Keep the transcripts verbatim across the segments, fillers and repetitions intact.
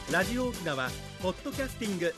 ラジオ沖縄ポッドキャスティング、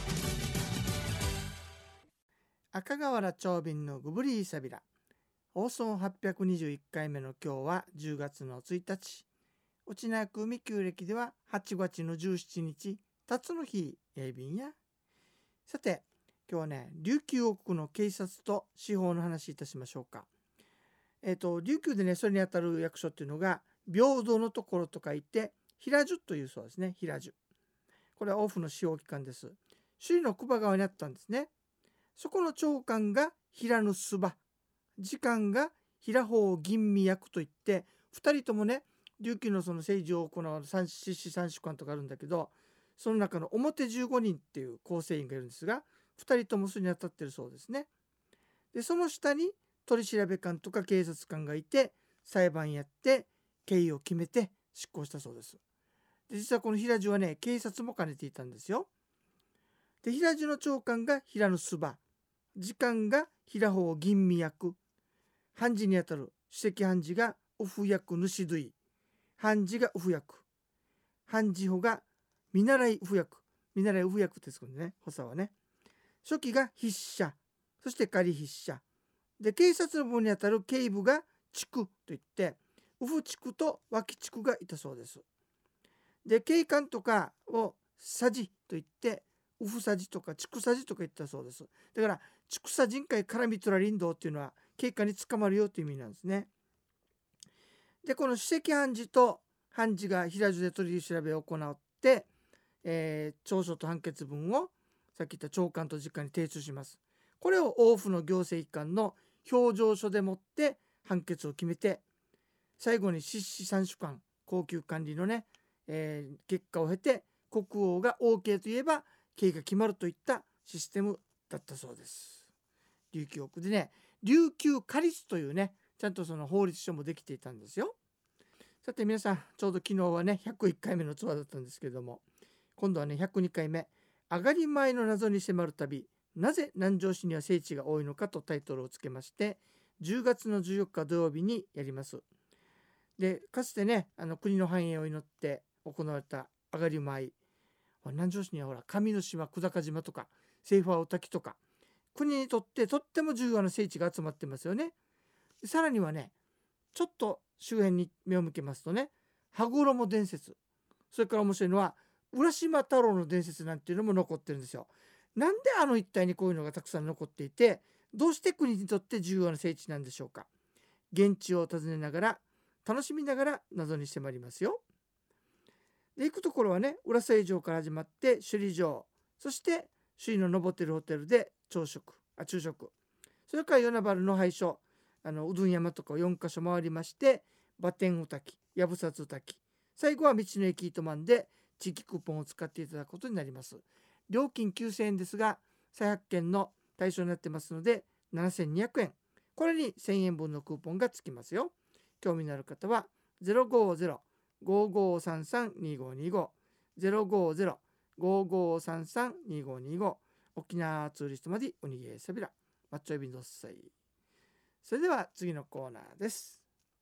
赤瓦長瓶のグブリーサビラ、放送はっぴゃくにじゅういっかいめの今日はじゅうがつのついたち、沖縄海旧暦でははちがつのじゅうしちにち、辰の日英便や。さて今日はね、琉球王国の警察と司法の話いたしましょうか。えっ、と琉球でね、それにあたる役所っていうのが平等のところと書いて平樹というそうですね。平樹、これは王府の司法機関です。首里の久保川にあったんですね。そこの長官が平野須場、次官が平方吟味役といって、ふたりともね、琉球のその政治を行う三司司三司官とかあるんだけど、その中の表じゅうごにんっていう構成員がいるんですが、ふたりともそれに当たってるそうですね。でその下に取調官とか警察官がいて、裁判やって刑を決めて執行したそうです。で実はこの平樹はね、警察も兼ねていたんですよ。で平樹の長官が平野須場、次官が平方吟味役、判事にあたる主席判事がウフ役主ドゥイ、判事がウフ役、判事補が見習いウフ役、見習いウフ役ですけどね、補佐はね。初期が筆者、そして仮筆者で、警察の部にあたる警部が地区といって、ウフ地区と脇地区がいたそうです。で警官とかを佐治といって、ウフ佐治とか地区佐治とか言ったそうです。だから地区佐人会からみとら林道っていうのは警官に捕まるよという意味なんですね。でこの主席判事と判事が平樹で取り調べを行って、えー、調書と判決文をさっき言った長官と次官に提出します。これを王府の行政機関の評定書でもって判決を決めて、最後に執事三主官高級管理のね、えー、結果を経て国王が OK といえば刑が決まるといったシステムだったそうです。琉球王国でね、琉球カリスというね、ちゃんとその法律書もできていたんですよ。さて皆さん、ちょうど昨日はねひゃくいっかいめのツアーだったんですけれども、今度はねひゃくにかいめ、上がり前の謎に迫る旅、なぜ南城市には聖地が多いのかとタイトルをつけまして、じゅうがつのじゅうよっか土曜日にやります。でかつてね、あの国の繁栄を祈って行われた上がり前、南城市にはほら上の島、久高島とかセーファーお滝とか、国にとってとっても重要な聖地が集まってますよね。さらにはね、ちょっと周辺に目を向けますとね、羽衣伝説、それから面白いのは浦島太郎の伝説なんていうのも残ってるんですよ。なんであの一帯にこういうのがたくさん残っていて、どうして国にとって重要な聖地なんでしょうか。現地を訪ねながら楽しみながら謎に迫りますよ。で行くところはね、浦添城から始まって首里城、そして首里の登ってるホテルで朝食あ昼食、それから与那原の拝所、あのうどん山とかをよんか所回りまして、馬天御滝、やぶさつ滝、最後は道の駅糸満で地域クーポンを使っていただくことになります。料金きゅうせんえんですが、再発見の対象になってますのでななせんにひゃくえん、これにせんえんぶんのクーポンがつきますよ。興味のある方は ゼロごゼロ ごごさんさん にごにご ゼロごゼロ ごごさんさん にごにご、沖縄ツーリストまでおにげさびらマッチョイビンドッサイ。それでは次のコーナーです。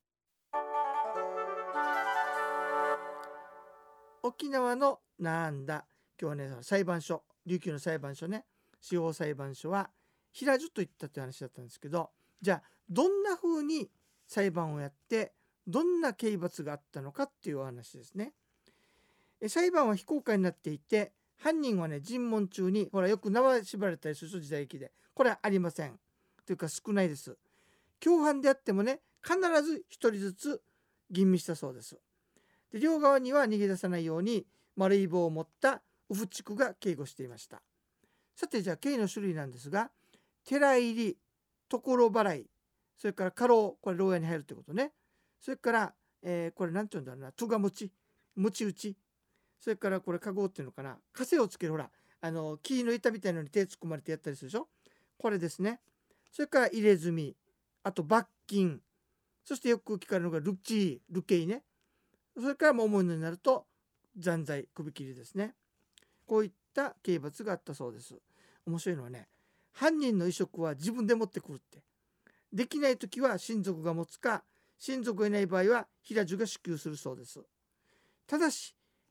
沖縄のなんだ、今日はね、裁判所、琉球の裁判所ね、司法裁判所は平樹といったという話だったんですけど、じゃあどんな風に裁判をやってどんな刑罰があったのかっていうお話ですね。え裁判は非公開になっていて、犯人はね尋問中に、ほらよく縄縛られたりする時代劇で、これはありませんというか少ないです。共犯であってもね、必ず一人ずつ吟味したそうです。で両側には逃げ出さないように丸い棒を持ったウフ地区が警護していました。さてじゃあ刑の種類なんですが、寺入り、所払い、それから家老、これ牢屋に入るってことね。それから、えー、これなんて言うんだろうな、とがむち、むち打ち、それからこれかごっていうのかな、枷をつける、ほらあの木の板みたいなのに手突っ込まれてやったりするでしょ、これですね。それから入れ墨、あと罰金、そしてよく聞かれるのがルチー、ルケイね。それからも重いのになると残罪、首切りですね。こういった刑罰があったそうです。面白いのはね、犯人の移植は自分で持ってくるって、できないときは親族が持つか、親族がいない場合は平樹が支給するそうです。ただし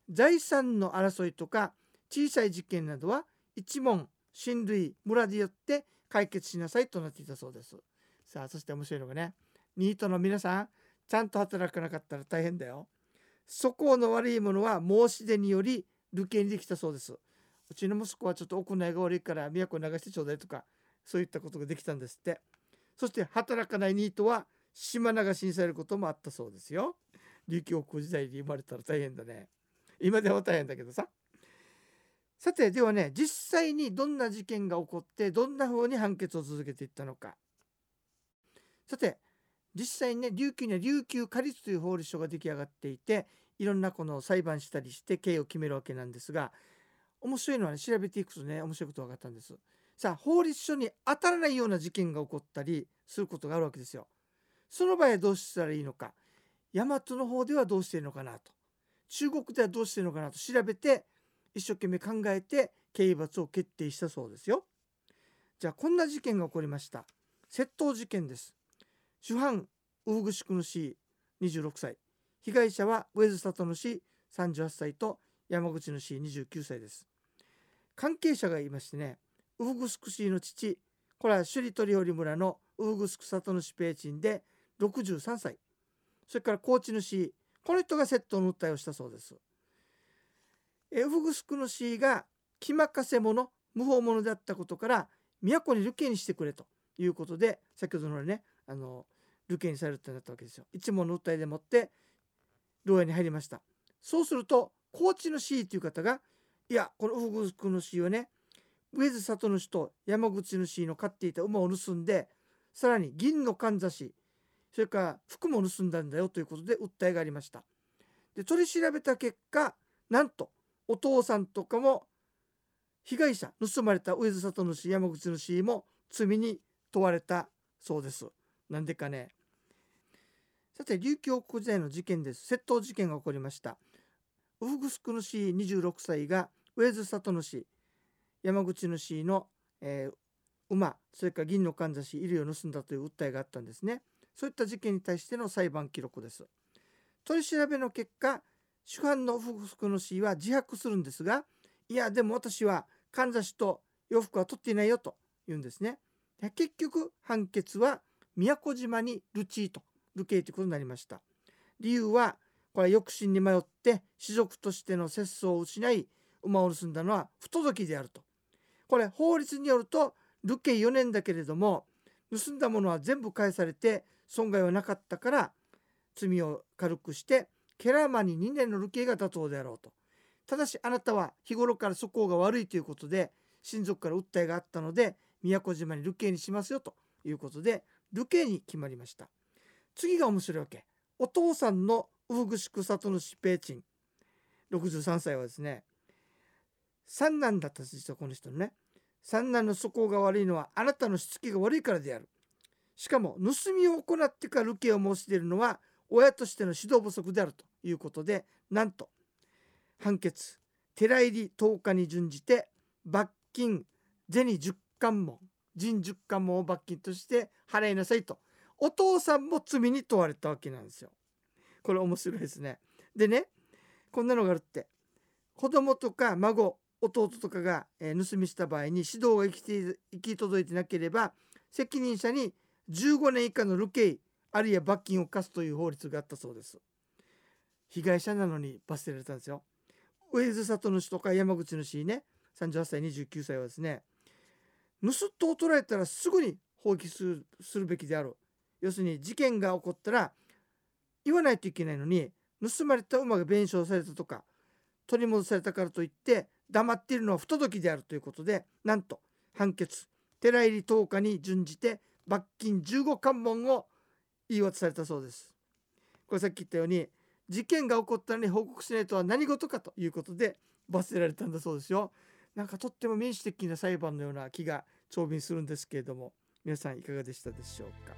財産の争いとか小さい事件などは一門親類村でよって解決しなさいとなっていたそうです。さあ、そして面白いのがね、ニートの皆さん、ちゃんと働かなかったら大変だよ。素行の悪いものは申し出により流刑にできたそうです。うちの息子はちょっと行いが悪いから都流してちょうだいとか、そういったことができたんですって。そして働かないニートは島流しにされることもあったそうですよ。琉球王国時代に生まれたら大変だね。今では大変だけどさ。さて、ではね、実際にどんな事件が起こってどんな風に判決を続けていったのか。さて、実際にね、琉球には琉球下律という法律書が出来上がっていて、いろんなこの裁判したりして刑を決めるわけなんですが、面白いのはね、調べていくとね、面白いことが分かったんです。さあ、法律書に当たらないような事件が起こったりすることがあるわけですよ。その場合どうしたらいいのか、大和の方ではどうしているのかなと、中国ではどうしているのかなと調べて、一生懸命考えて刑罰を決定したそうですよ。じゃあ、こんな事件が起こりました。窃盗事件です。主犯ウグシクヌ氏にじゅうろくさい、被害者はウェズサトヌ氏さんじゅうはっさいと山口の氏にじゅうきゅうさいです。関係者がいましてね、ウフグスク氏の父、これは首里鳥堀村のウフグスクサトヌ氏ペーチンでろくじゅうさんさい、それから高知の氏、この人が窃盗の訴えをしたそうです。ウフグスクの氏が気任せ者、無法者であったことから都に流刑にしてくれということで、先ほどのね、あの流刑にされるとなったわけですよ。一門の訴えでもって牢屋に入りました。そうすると高知の氏という方が、いや、このウフグスクの氏はね、ウェズサトヌ氏と山口の氏の飼っていた馬を盗んで、さらに銀のかんざし、それから服も盗んだんだよということで訴えがありました。で、取り調べた結果、なんとお父さんとかも被害者、盗まれたウェズサトヌ氏、山口の氏も罪に問われたそうです。なんでかね。さて、琉球王国時代の事件です。窃盗事件が起こりました。ウフグスクの氏にじゅうろくさいがウェズサトヌ氏、山口の氏の、えー、馬、それから銀のかんざし、衣類を盗んだという訴えがあったんですね。そういった事件に対しての裁判記録です。取り調べの結果、主犯のウフグスクの氏は自白するんですが、いや、でも私はかんざしと洋服は取っていないよと言うんですね。結局判決は宮古島に流刑と流刑ということになりました。理由は、これは抑止に迷って士族としての節操を失い馬を盗んだのは不届きであると。これ法律によると流刑よねんだけれども、盗んだものは全部返されて損害はなかったから罪を軽くしてケラマににねんの流刑が妥当であろうと。ただしあなたは日頃から素行が悪いということで親族から訴えがあったので宮古島に流刑にしますよということで流刑に決まりました。次が面白いわけ。お父さんのウフグシクサトヌシペーチンろくじゅうさんさいはですね、三男だったんですよ。この人のね、三男の素行が悪いのはあなたのしつけが悪いからである。しかも盗みを行ってから流刑を申し出るのは親としての指導不足であるということで、なんと判決、寺入りとおかに準じて罰金銭じゅっかんもん、人じゅっかんもんを罰金として払いなさいと、お父さんも罪に問われたわけなんですよ。これ面白いですね。でね、こんなのがあるって、子供とか孫、弟とかが、えー、盗みした場合に指導が行きて行き届いてなければ責任者にじゅうごねん以下の流刑あるいは罰金を課すという法律があったそうです。被害者なのに罰せられたんですよ。ウェズサトヌ氏とか山口の氏ね、さんじゅうはっさいにじゅうきゅうさいはですね、盗人を捕らえたらすぐに放棄する、するべきである。要するに事件が起こったら言わないといけないのに、盗まれた馬が弁償されたとか取り戻されたからといって黙っているのは不届きであるということで、なんと判決、寺入りとおかに準じて罰金じゅうごかんもんを言い渡されたそうです。これさっき言ったように、事件が起こったのに報告しないとは何事かということで罰せられたんだそうですよ。なんかとっても民主的な裁判のような気が長便するんですけれども、皆さんいかがでしたでしょうか。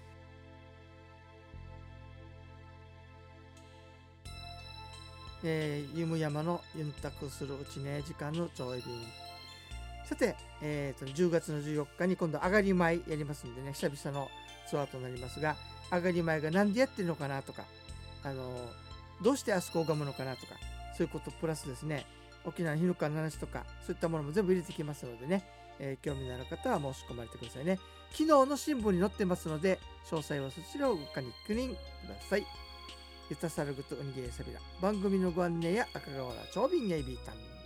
えー、ゆむ山のゆんたくするうちね時間の長便。さて、えー、とじゅうがつのじゅうよっかに今度上がり舞やりますんでね、久々のツアーとなりますが、上がり舞が何でやってるのかなとか、あのー、どうしてあそこを拝むのかなとか、 そういうことプラスですね、沖縄の日ぬかの話とかそういったものも全部入れてきますのでね、えー興味のある方は申し込まれてくださいね。昨日の新聞に載ってますので、詳細はそちらをご確認ください。ゆたさるぐとおにぎりさびら、番組のご案内や赤瓦長瓶やいびーたん